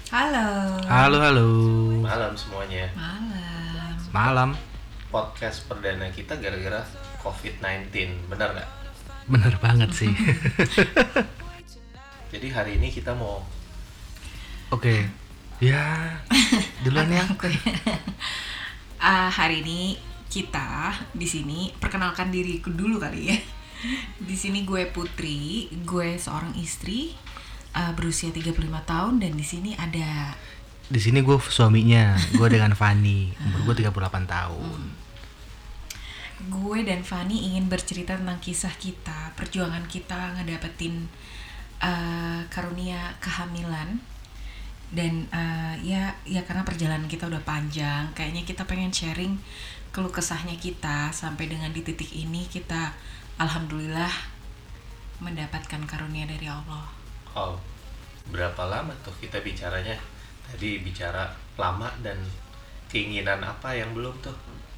Halo. Halo. Malam semuanya. Malam. Podcast perdana kita gara-gara COVID-19, benar nggak? Bener banget sih. Jadi hari ini kita mau Oke. Ya, duluan ya. Hari ini kita di sini perkenalkan diriku dulu kali ya. Di sini gue Putri, gue seorang istri berusia 35 tahun dan di sini ada Di sini gue suaminya, gue dengan Fanny, umur gue 38 tahun. Gue dan Fanny ingin bercerita tentang kisah kita, perjuangan kita ngedapetin karunia kehamilan. Dan ya karena perjalanan kita udah panjang, kayaknya kita pengen sharing keluh kesahnya kita sampai dengan di titik ini kita alhamdulillah mendapatkan karunia dari Allah. berapa lama tuh kita bicaranya? Tadi bicara lama dan keinginan apa yang belum tuh?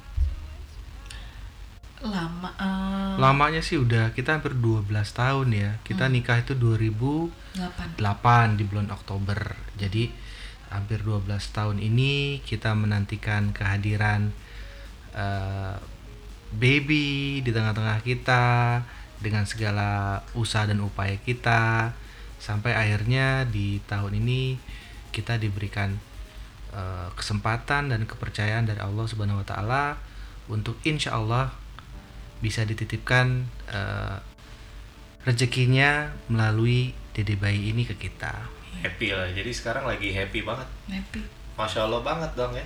Lamanya sih udah kita hampir 12 tahun ya. Kita nikah itu 2008 di bulan Oktober. Jadi hampir 12 tahun ini kita menantikan kehadiran baby di tengah-tengah kita dengan segala usaha dan upaya kita, sampai akhirnya di tahun ini kita diberikan kesempatan dan kepercayaan dari Allah Subhanahu wa taala untuk insya Allah bisa dititipkan rezekinya melalui dede bayi ini ke kita. Happy lah. Jadi sekarang lagi happy banget. Happy. Masya Allah banget dong ya.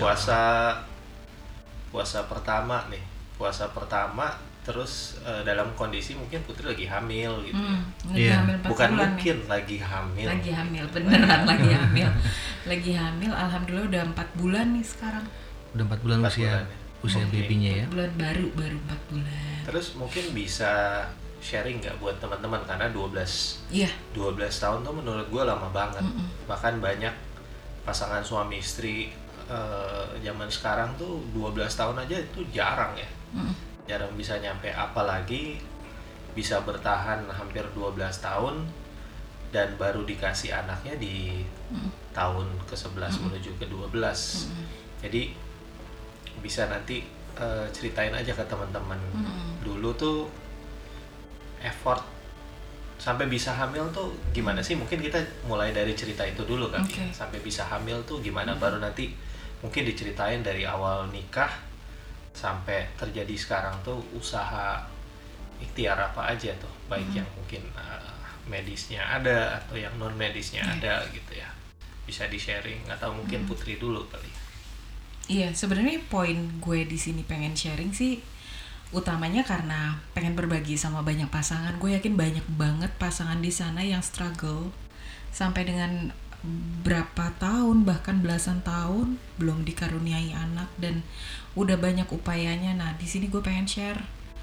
Puasa pertama nih. Puasa pertama terus dalam kondisi mungkin Putri lagi hamil gitu ya. Lagi hamil 4 Bukan bulan mungkin nih. lagi hamil. Lagi hamil, beneran lagi hamil. Lagi hamil, alhamdulillah udah 4 bulan nih sekarang. Udah 4 bulan 4 usia bulan ya. usia Oke. babynya ya. 4 bulan baru 4 bulan. Terus mungkin bisa sharing nggak buat teman-teman, karena 12 Iya. 12 tahun tuh menurut gue lama banget. Bahkan banyak pasangan suami istri zaman sekarang tuh 12 tahun aja itu jarang ya. Jarang bisa nyampe, apalagi bisa bertahan hampir 12 tahun dan baru dikasih anaknya di tahun ke-11 menuju ke-12. Jadi bisa nanti ceritain aja ke teman-teman. Dulu tuh effort sampai bisa hamil tuh gimana sih? Mungkin kita mulai dari cerita itu dulu kan. Okay. Sampai bisa hamil tuh gimana, baru nanti mungkin diceritain dari awal nikah sampai terjadi sekarang tuh usaha ikhtiar apa aja tuh, baik yang mungkin medisnya ada atau yang non medisnya ada gitu ya. Bisa di sharing atau mungkin Putri dulu kali. Iya, sebenarnya poin gue di sini pengen sharing sih utamanya karena pengen berbagi sama banyak pasangan. Gue yakin banyak banget pasangan di sana yang struggle sampai dengan berapa tahun, bahkan belasan tahun belum dikaruniai anak dan udah banyak upayanya. Nah, di sini gue pengen share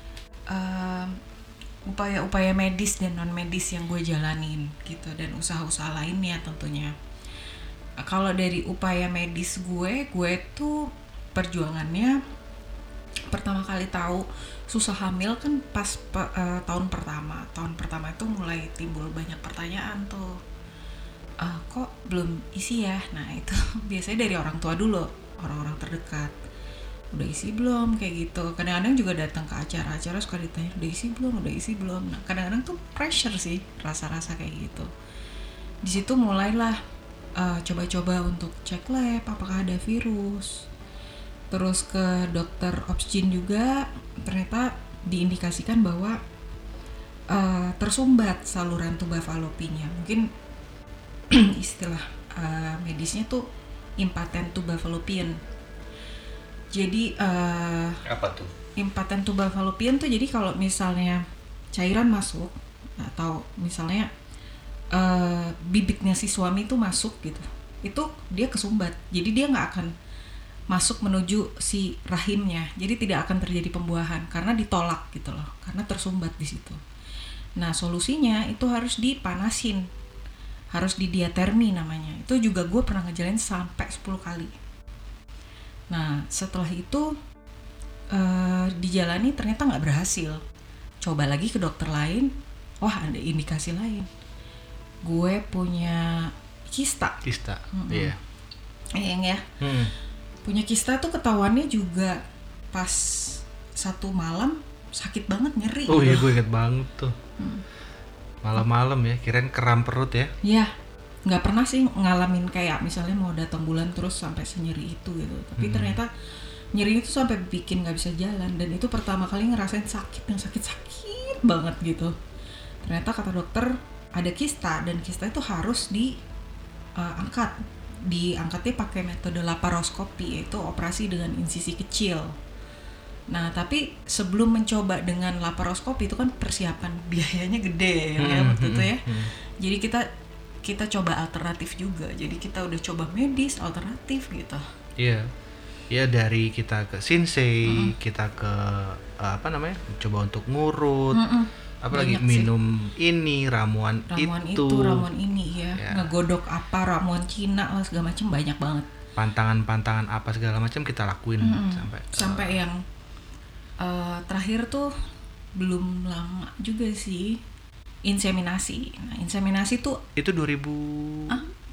upaya-upaya medis dan non medis yang gue jalanin gitu, dan usaha-usaha lainnya tentunya. Kalau dari upaya medis gue tuh perjuangannya pertama kali tahu susah hamil kan pas tahun pertama itu mulai timbul banyak pertanyaan tuh, kok belum isi ya. Nah itu biasanya dari orang tua dulu, orang-orang terdekat, udah isi belum, kayak gitu. Kadang-kadang juga datang ke acara-acara suka ditanya udah isi belum. Nah kadang-kadang tuh pressure sih, rasa-rasa kayak gitu. Di situ mulailah coba-coba untuk cek lab apakah ada virus. Terus ke dokter obsgyn juga ternyata diindikasikan bahwa tersumbat saluran tuba falopinya. Mungkin istilah medisnya tuh impotent tuba fallopian. Jadi Apa tuh? impotent tuba fallopian tuh jadi kalau misalnya cairan masuk atau misalnya bibitnya si suami tuh masuk gitu, itu dia kesumbat. Jadi dia nggak akan masuk menuju si rahimnya, jadi tidak akan terjadi pembuahan karena ditolak gitu loh, karena tersumbat di situ. Nah solusinya itu harus dipanasin, harus didiatermi namanya. Itu juga gue pernah ngejalanin sampai 10 kali. Nah setelah itu dijalani ternyata nggak berhasil. Coba lagi ke dokter lain, wah ada indikasi lain. Gue punya kista. Iya. Yang ya. Punya kista tuh ketahuannya juga pas satu malam sakit banget, nyeri. Oh iya, gue inget banget tuh. Malam-malam ya, kirain kram perut ya. Iya, nggak pernah sih ngalamin kayak misalnya mau datang bulan terus sampai senyeri itu gitu. Tapi ternyata nyeri itu sampai bikin nggak bisa jalan, dan itu pertama kali ngerasain sakit yang sakit banget gitu. Ternyata kata dokter ada kista, dan kista itu harus diangkat. Diangkatnya pakai metode laparoskopi, yaitu operasi dengan insisi kecil. Nah, tapi sebelum mencoba dengan laparoskopi itu kan persiapan biayanya gede ya waktu itu ya. Jadi kita coba alternatif juga. Jadi kita udah coba medis alternatif gitu. Iya. Ya dari kita ke Shinsei, kita ke coba untuk ngurut. Apalagi minum ini, ramuan itu, ramuan ini ya. Ngegodok apa, ramuan Cina lah segala macam, banyak banget. Pantangan apa segala macam kita lakuin sampai yang terakhir tuh belum lama juga sih, inseminasi. Nah, inseminasi tuh itu 2017.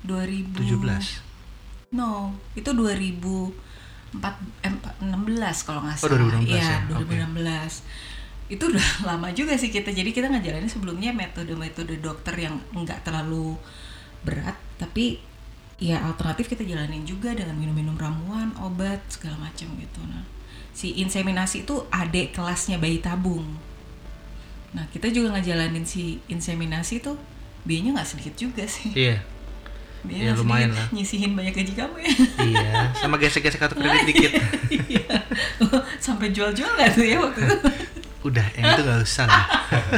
No, itu 2016 kalau nggak salah. 2016 ya. 2016. Okay. Itu udah lama juga sih kita. Jadi kita ngejalanin sebelumnya metode-metode dokter yang nggak terlalu berat, tapi ya alternatif kita jalanin juga dengan minum-minum ramuan, obat segala macam gitu. Nah, si inseminasi itu adik kelasnya bayi tabung. Nah, kita juga ngejalanin si inseminasi tuh biayanya nggak sedikit juga sih. Iya. Biaya lumayan lah. Nyisihin banyak gaji kamu ya. Iya, sama gesek-gesek kartu kredit dikit. Iya. Sampai jual-jual nggak tuh ya waktu itu? Udah, yang itu nggak usah lah.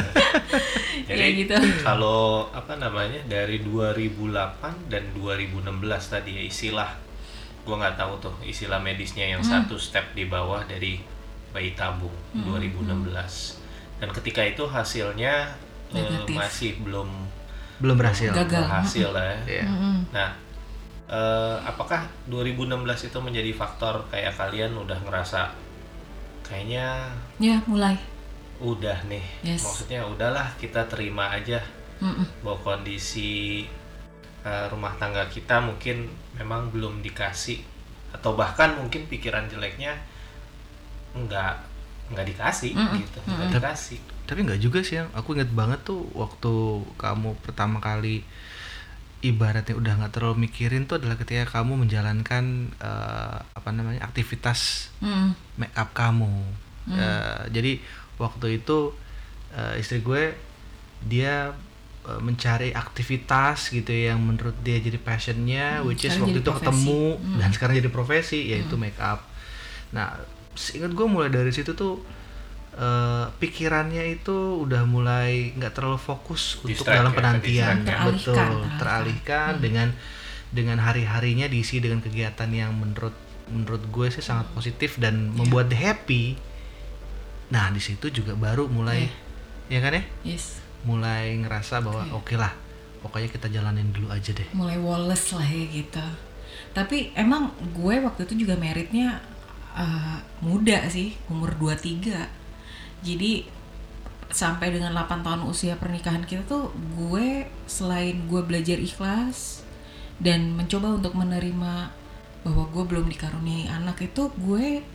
Jadi gitu. Kalau dari 2008 dan 2016 tadi ya, istilah gue nggak tahu tuh istilah medisnya yang satu step di bawah dari bayi tabung 2016, dan ketika itu hasilnya masih belum berhasil. Gagal. Berhasil lah ya. Yeah. Nah, apakah 2016 itu menjadi faktor kayak kalian udah ngerasa kayaknya ya mulai udah nih, maksudnya udahlah kita terima aja bahwa kondisi rumah tangga kita mungkin memang belum dikasih, atau bahkan mungkin pikiran jeleknya nggak dikasih gitu, nggak dikasih. Tapi nggak juga sih, yang aku inget banget tuh waktu kamu pertama kali ibaratnya udah nggak terlalu mikirin tuh adalah ketika kamu menjalankan aktivitas make up kamu. Jadi waktu itu istri gue dia mencari aktivitas gitu yang menurut dia jadi passionnya, which is waktu itu profesi. Ketemu dan sekarang jadi profesi, yaitu make up. Nah, ingat gue mulai dari situ tuh pikirannya itu udah mulai nggak terlalu fokus untuk dalam penantian, teralihkan dengan hari-harinya diisi dengan kegiatan yang menurut gue sih sangat positif dan membuat dia happy. Nah, di situ juga baru mulai ya kan ya? Yes. Mulai ngerasa bahwa oke lah, pokoknya kita jalanin dulu aja deh. Mulai woles lah ya gitu. Tapi emang gue waktu itu juga meritnya muda sih, umur 23. Jadi sampai dengan 8 tahun usia pernikahan kita tuh gue selain gue belajar ikhlas dan mencoba untuk menerima bahwa gue belum dikaruniai anak, itu gue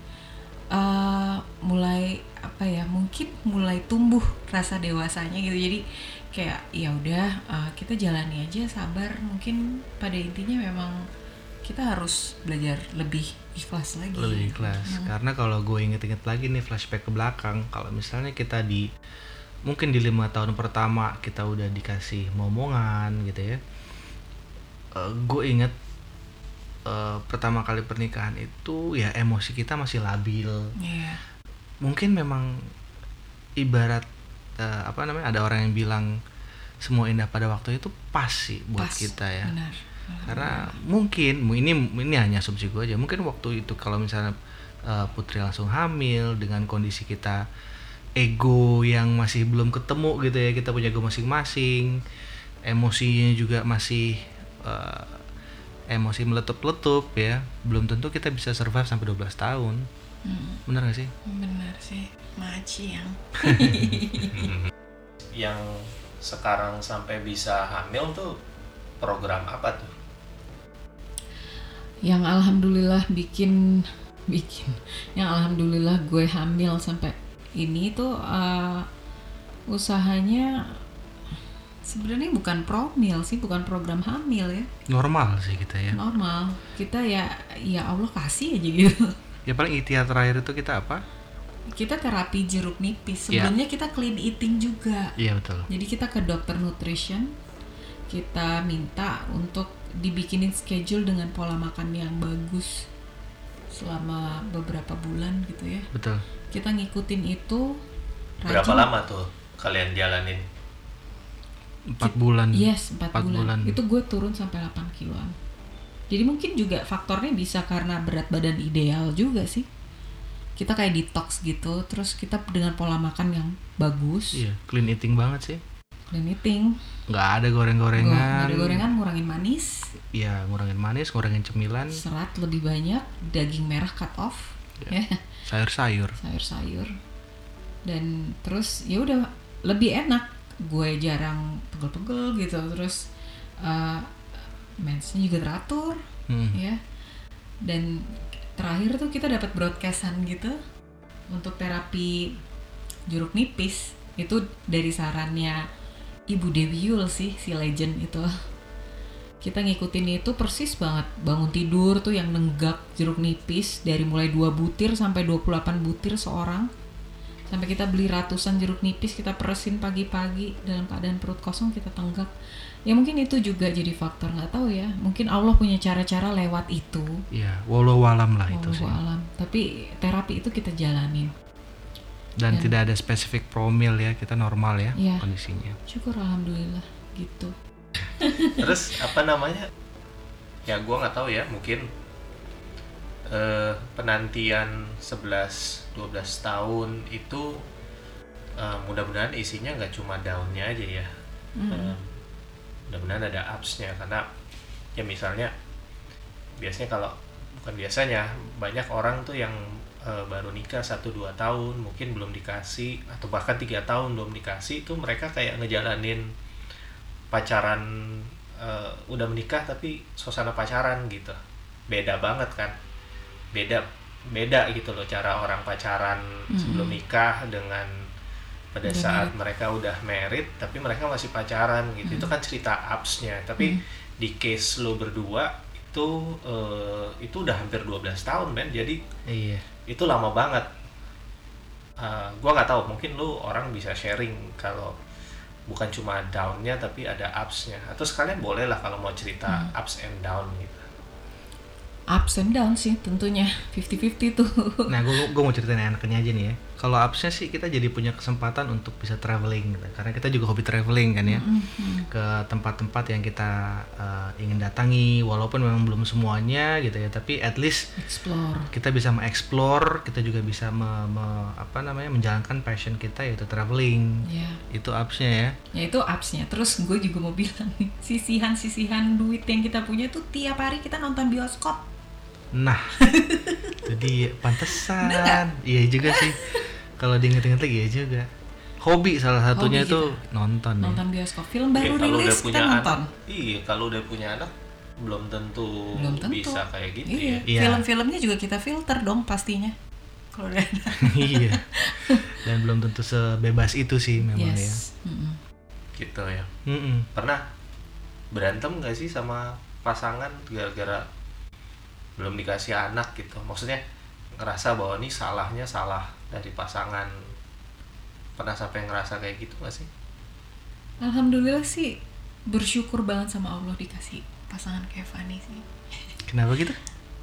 mulai mungkin mulai tumbuh rasa dewasanya gitu. Jadi kayak ya udah kita jalani aja, sabar. Mungkin pada intinya memang kita harus belajar lebih ikhlas lagi. Lebih ikhlas. Karena kalau gue inget-inget lagi nih, flashback ke belakang, kalau misalnya kita mungkin di 5 tahun pertama kita udah dikasih momongan gitu ya. Gue inget pertama kali pernikahan itu ya emosi kita masih labil. Mungkin memang ibarat ada orang yang bilang semua indah pada waktu itu pas sih buat kita ya. Benar. Karena mungkin ini hanya asumsi gue aja, mungkin waktu itu kalau misalnya Putri langsung hamil dengan kondisi kita ego yang masih belum ketemu gitu ya, kita punya ego masing-masing, emosinya juga masih emosi meletup-letup ya, belum tentu kita bisa survive sampai 12 tahun. Benar gak sih? Benar sih, maci yang yang sekarang sampai bisa hamil tuh program apa tuh? Yang alhamdulillah bikin yang alhamdulillah gue hamil sampai ini tuh usahanya sebenarnya bukan promil sih, bukan program hamil ya. Normal sih kita ya. Normal. Kita ya Allah kasih aja gitu. Ya paling ikhtiar terakhir itu kita apa? Kita terapi jeruk nipis. Sebelumnya kita clean eating juga. Iya betul. Jadi kita ke dokter nutrition, kita minta untuk dibikinin schedule dengan pola makan yang bagus selama beberapa bulan gitu ya. Betul. Kita ngikutin itu. Berapa lama tuh kalian jalanin? 4 bulan. Yes, 4 bulan. Itu gue turun sampai 8 kiloan. Jadi mungkin juga faktornya bisa karena berat badan ideal juga sih. Kita kayak detox gitu, terus kita dengan pola makan yang bagus. Iya, clean eating banget sih. Clean eating. Nggak ada goreng-gorengan. Nggak ada gorengan, ngurangin manis. Iya, ngurangin manis, ngurangin cemilan. Serat lebih banyak, daging merah cut off. Ya. Sayur-sayur. Sayur-sayur. Dan terus ya udah lebih enak. Gue jarang pegel-pegel gitu, terus mensnya juga teratur, ya. Dan terakhir tuh kita dapat broadcastan gitu untuk terapi jeruk nipis itu dari sarannya Ibu Dewi Yul sih, si legend itu. Kita ngikutin itu persis banget, bangun tidur tuh yang nenggak jeruk nipis dari mulai 2 butir sampai 28 butir seorang. Sampai kita beli ratusan jeruk nipis, kita peresin pagi-pagi dalam keadaan perut kosong, kita tenggak. Ya mungkin itu juga jadi faktor, nggak tahu ya. Mungkin Allah punya cara-cara lewat itu. Iya, wallahu alam lah itu sih. Wallahu alam. Tapi terapi itu kita jalanin. Dan tidak ada spesifik promil ya, kita normal ya, ya kondisinya. Syukur alhamdulillah gitu. Terus apa namanya? Ya gue nggak tahu ya, mungkin penantian 11-12 tahun itu mudah-mudahan isinya nggak cuma down-nya aja ya. Mudah-mudahan ada ups-nya, karena ya misalnya biasanya banyak orang tuh yang baru nikah 1-2 tahun mungkin belum dikasih, atau bahkan 3 tahun belum dikasih, itu mereka kayak ngejalanin pacaran, udah menikah tapi suasana pacaran gitu. Beda banget kan, beda gitu loh cara orang pacaran sebelum nikah dengan pada saat mereka udah married tapi mereka masih pacaran gitu. Itu kan cerita ups-nya, tapi di case lo berdua itu udah hampir 12 tahun men, jadi iya, itu lama banget. Gua nggak tahu, mungkin lu orang bisa sharing kalau bukan cuma down-nya tapi ada ups-nya, atau sekalian boleh lah kalau mau cerita ups and down gitu. Ups and down sih tentunya 50-50 tuh. Nah, gue mau ceritain enaknya aja nih ya. Kalau upsnya sih kita jadi punya kesempatan untuk bisa traveling gitu. Karena kita juga hobi traveling kan ya, ke tempat-tempat yang kita ingin datangi, walaupun memang belum semuanya gitu ya, tapi at least explore. Kita bisa mengeksplor, kita juga bisa menjalankan passion kita, yaitu traveling. Yeah. Itu upsnya ya. Ya itu upsnya. Terus gue juga mau bilang nih, sisihan duit yang kita punya tuh tiap hari kita nonton bioskop. Nah, jadi pantesan. Iya juga sih. Kalau diinget-inget lagi ya juga. Hobi salah satunya itu nonton bioskop. Film baru rilis kita nonton. Iya, kalau udah punya anak belum tentu bisa kayak gitu. Iya. Ya. Film-filmnya juga kita filter dong pastinya. Kalau udah ada. Iya. Dan belum tentu sebebas itu sih memang ya. Gitu ya. Pernah berantem nggak sih sama pasangan gara-gara belum dikasih anak gitu? Maksudnya ngerasa bahwa ini salahnya salah dari pasangan. Pernah sampai ngerasa kayak gitu gak sih? Alhamdulillah sih bersyukur banget sama Allah dikasih pasangan kayak Fanny sih. Kenapa gitu?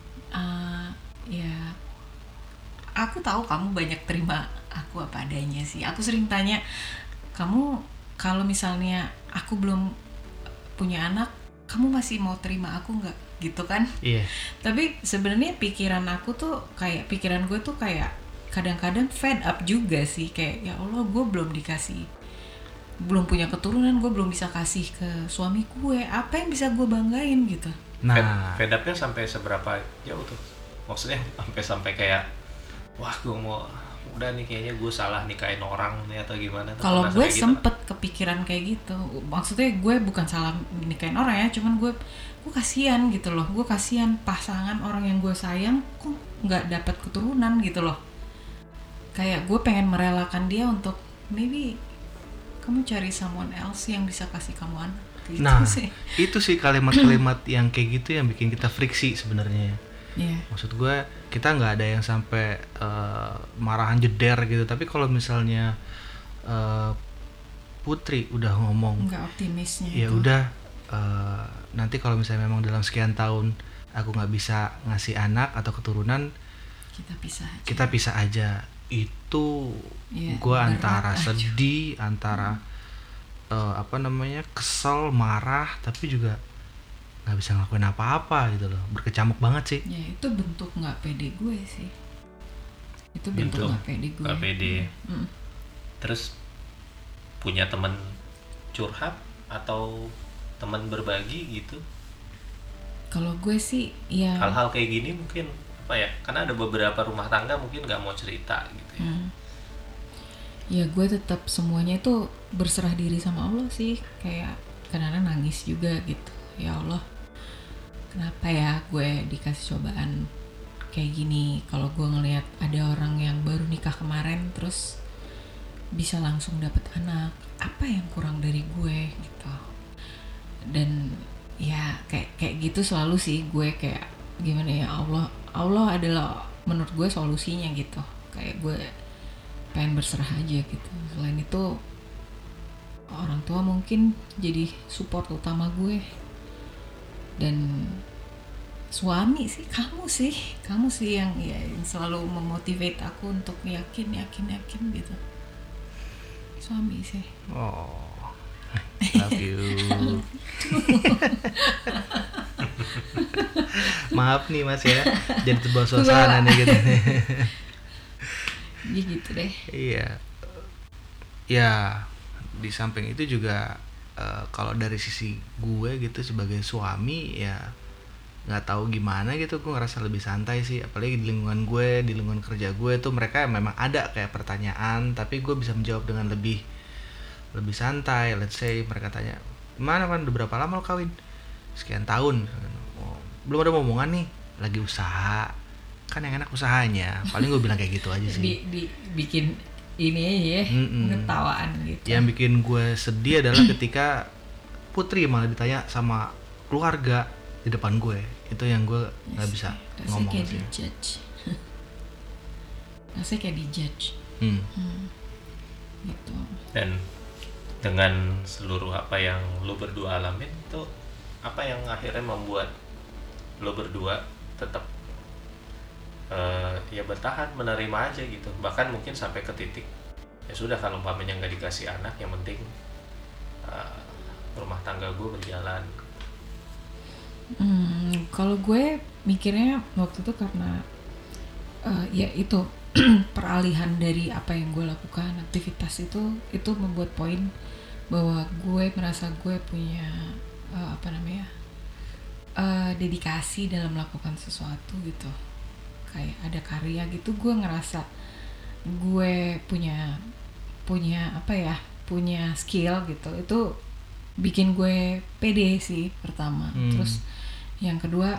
Ya aku tahu kamu banyak terima aku apa adanya sih. Aku sering tanya kamu, kalau misalnya aku belum punya anak, kamu masih mau terima aku nggak? Gitu kan? Iya. Tapi sebenarnya pikiran gue tuh kayak kadang-kadang fed up juga sih, kayak ya Allah, gue belum belum punya keturunan, gue belum bisa kasih ke suami gue, apa yang bisa gue banggain gitu. Nah, fed up-nya sampai seberapa jauh tuh? Maksudnya sampai kayak wah gue mau udah nih kayaknya gue salah nikahin orang nih atau gimana? Kalau Pernah gue kayak gitu? sempet kepikiran kayak gitu, maksudnya gue bukan salah nikahin orang ya, cuman gue kasihan gitu loh, gue kasihan pasangan orang yang gue sayang kok nggak dapat keturunan gitu loh. Kayak gue pengen merelakan dia untuk maybe kamu cari someone else yang bisa kasih kamu anak. Gitu Nah, sih. itu sih kalimat-kalimat yang kayak gitu yang bikin kita friksi sebenarnya. Iya. Maksud gue kita nggak ada yang sampai marahan jeder gitu, tapi kalau misalnya Putri udah ngomong Nggak optimisnya. ya itu. udah nanti kalau misalnya memang dalam sekian tahun aku nggak bisa ngasih anak atau keturunan, Kita pisah aja. itu Iya, gue berat antara aja. sedih, antara kesel, marah, tapi juga nggak bisa ngelakuin apa-apa gitu loh, berkecamuk banget sih. Ya itu bentuk nggak pede gue sih. Itu bentuk nggak pede gue. Nggak pede. Mm. Terus punya teman curhat atau teman berbagi gitu? Kalau gue sih ya. Hal-hal kayak gini mungkin apa ya? Karena ada beberapa rumah tangga mungkin nggak mau cerita gitu ya. Ya gue tetap semuanya itu berserah diri sama Allah sih. Kayak kadang-kadang nangis juga gitu. Ya Allah, kenapa ya gue dikasih cobaan kayak gini? Kalau gue ngelihat ada orang yang baru nikah kemarin terus bisa langsung dapet anak, apa yang kurang dari gue gitu. Dan ya kayak gitu selalu sih gue kayak gimana ya, Allah adalah menurut gue solusinya gitu. Kayak gue pengen berserah aja gitu. Selain itu orang tua mungkin jadi support utama gue, dan suami sih kamu sih yang selalu memotivate aku untuk yakin gitu. Suami sih. Oh, love you. Maaf nih Mas ya, jadi terbawa suasana nih gitu. Ya gitu deh. Iya. Ya, di samping itu juga kalau dari sisi gue gitu sebagai suami ya nggak tahu gimana gitu, gue ngerasa lebih santai sih, apalagi di lingkungan gue, di lingkungan kerja gue tuh mereka memang ada kayak pertanyaan, tapi gue bisa menjawab dengan lebih santai. Let's say mereka tanya, mana udah berapa lama lo kawin? Sekian tahun. Oh, belum ada omongan nih, lagi usaha, kan yang enak usahanya. Paling gue bilang kayak gitu aja sih. Bikin ini aja ya, ketawaan gitu. Yang bikin gue sedih adalah ketika Putri malah ditanya sama keluarga di depan gue. Itu yang gue nggak bisa ngomong kayak sih. dijudge. Rasanya kayak dijudge. Gitu. Dan dengan seluruh apa yang lo berdua alamin itu apa yang akhirnya membuat lo berdua tetap ya bertahan, menerima aja gitu, bahkan mungkin sampai ke titik ya sudah kalau umpamanya nggak dikasih anak, yang penting rumah tangga gue berjalan. Kalau gue mikirnya waktu itu karena ya itu peralihan dari apa yang gue lakukan, aktivitas itu membuat poin bahwa gue merasa gue punya dedikasi dalam melakukan sesuatu gitu, kayak ada karya gitu. Gue ngerasa gue punya skill gitu. Itu bikin gue pede sih pertama. Terus yang kedua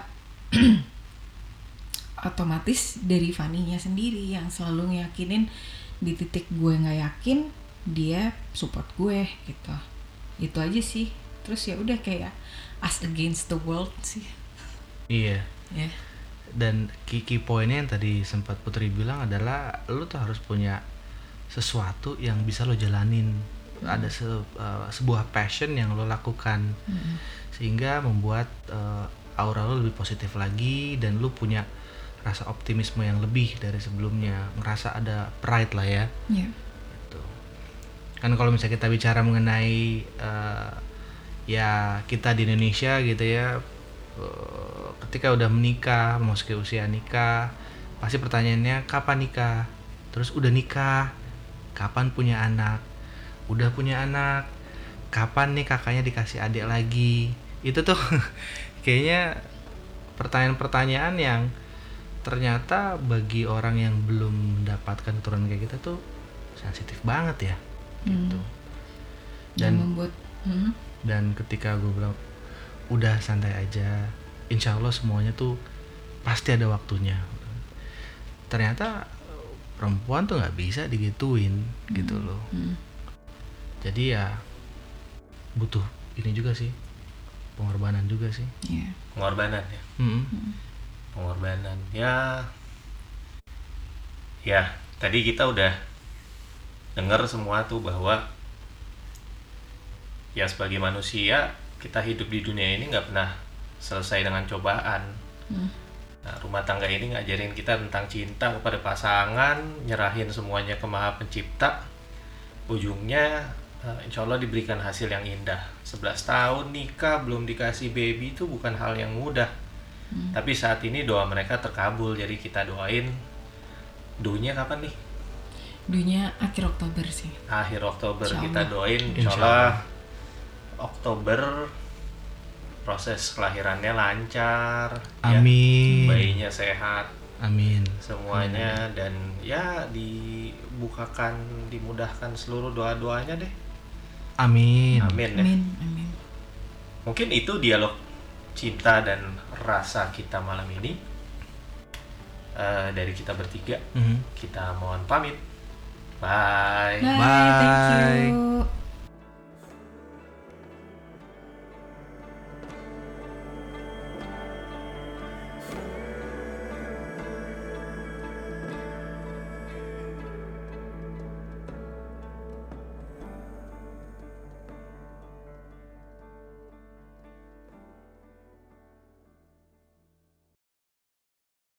otomatis dari Fanny-nya sendiri yang selalu ngeyakinin di titik gue nggak yakin, dia support gue gitu. Itu aja sih. Terus ya udah kayak us against the world sih. Iya. Ya. Dan key poinnya yang tadi sempat Putri bilang adalah lu tuh harus punya sesuatu yang bisa lo jalanin. Ada sebuah passion yang lo lakukan, sehingga membuat aura lo lebih positif lagi, dan lo punya rasa optimisme yang lebih dari sebelumnya, ngerasa ada pride lah ya. Gitu. Kan kalau misalnya kita bicara mengenai ya kita di Indonesia gitu ya, ketika udah menikah, memasuki usia nikah, pasti pertanyaannya kapan nikah, terus udah nikah kapan punya anak, udah punya anak kapan nih kakaknya dikasih adik lagi. Itu tuh kayaknya pertanyaan-pertanyaan yang ternyata bagi orang yang belum mendapatkan keturunan kayak kita tuh sensitif banget ya gitu. Dan membuat Dan ketika gue bilang udah santai aja, insya Allah semuanya tuh pasti ada waktunya. Ternyata perempuan tuh nggak bisa digituin gitu loh. Jadi ya butuh ini juga sih, pengorbanan juga sih. Iya. Pengorbanan ya. Pengorbanan ya tadi kita udah dengar semua tuh bahwa ya sebagai manusia kita hidup di dunia ini nggak pernah selesai dengan cobaan. Nah, rumah tangga ini ngajarin kita tentang cinta kepada pasangan, nyerahin semuanya ke Maha Pencipta. Ujungnya insya Allah diberikan hasil yang indah. 11 tahun nikah belum dikasih baby itu bukan hal yang mudah. Tapi saat ini doa mereka terkabul, jadi kita doain. Duhnya kapan nih? Duhnya akhir Oktober sih. Akhir Oktober Insya kita Allah. doain insya Allah Oktober proses kelahirannya lancar, Amin. ya, bayinya sehat, Amin. semuanya dan ya dibukakan, dimudahkan seluruh doa-doanya deh. Amin. Amin ya. Amin. Mungkin itu dialog cinta dan rasa kita malam ini. Dari kita bertiga, kita mohon pamit. Bye. Bye. Bye. Thank you.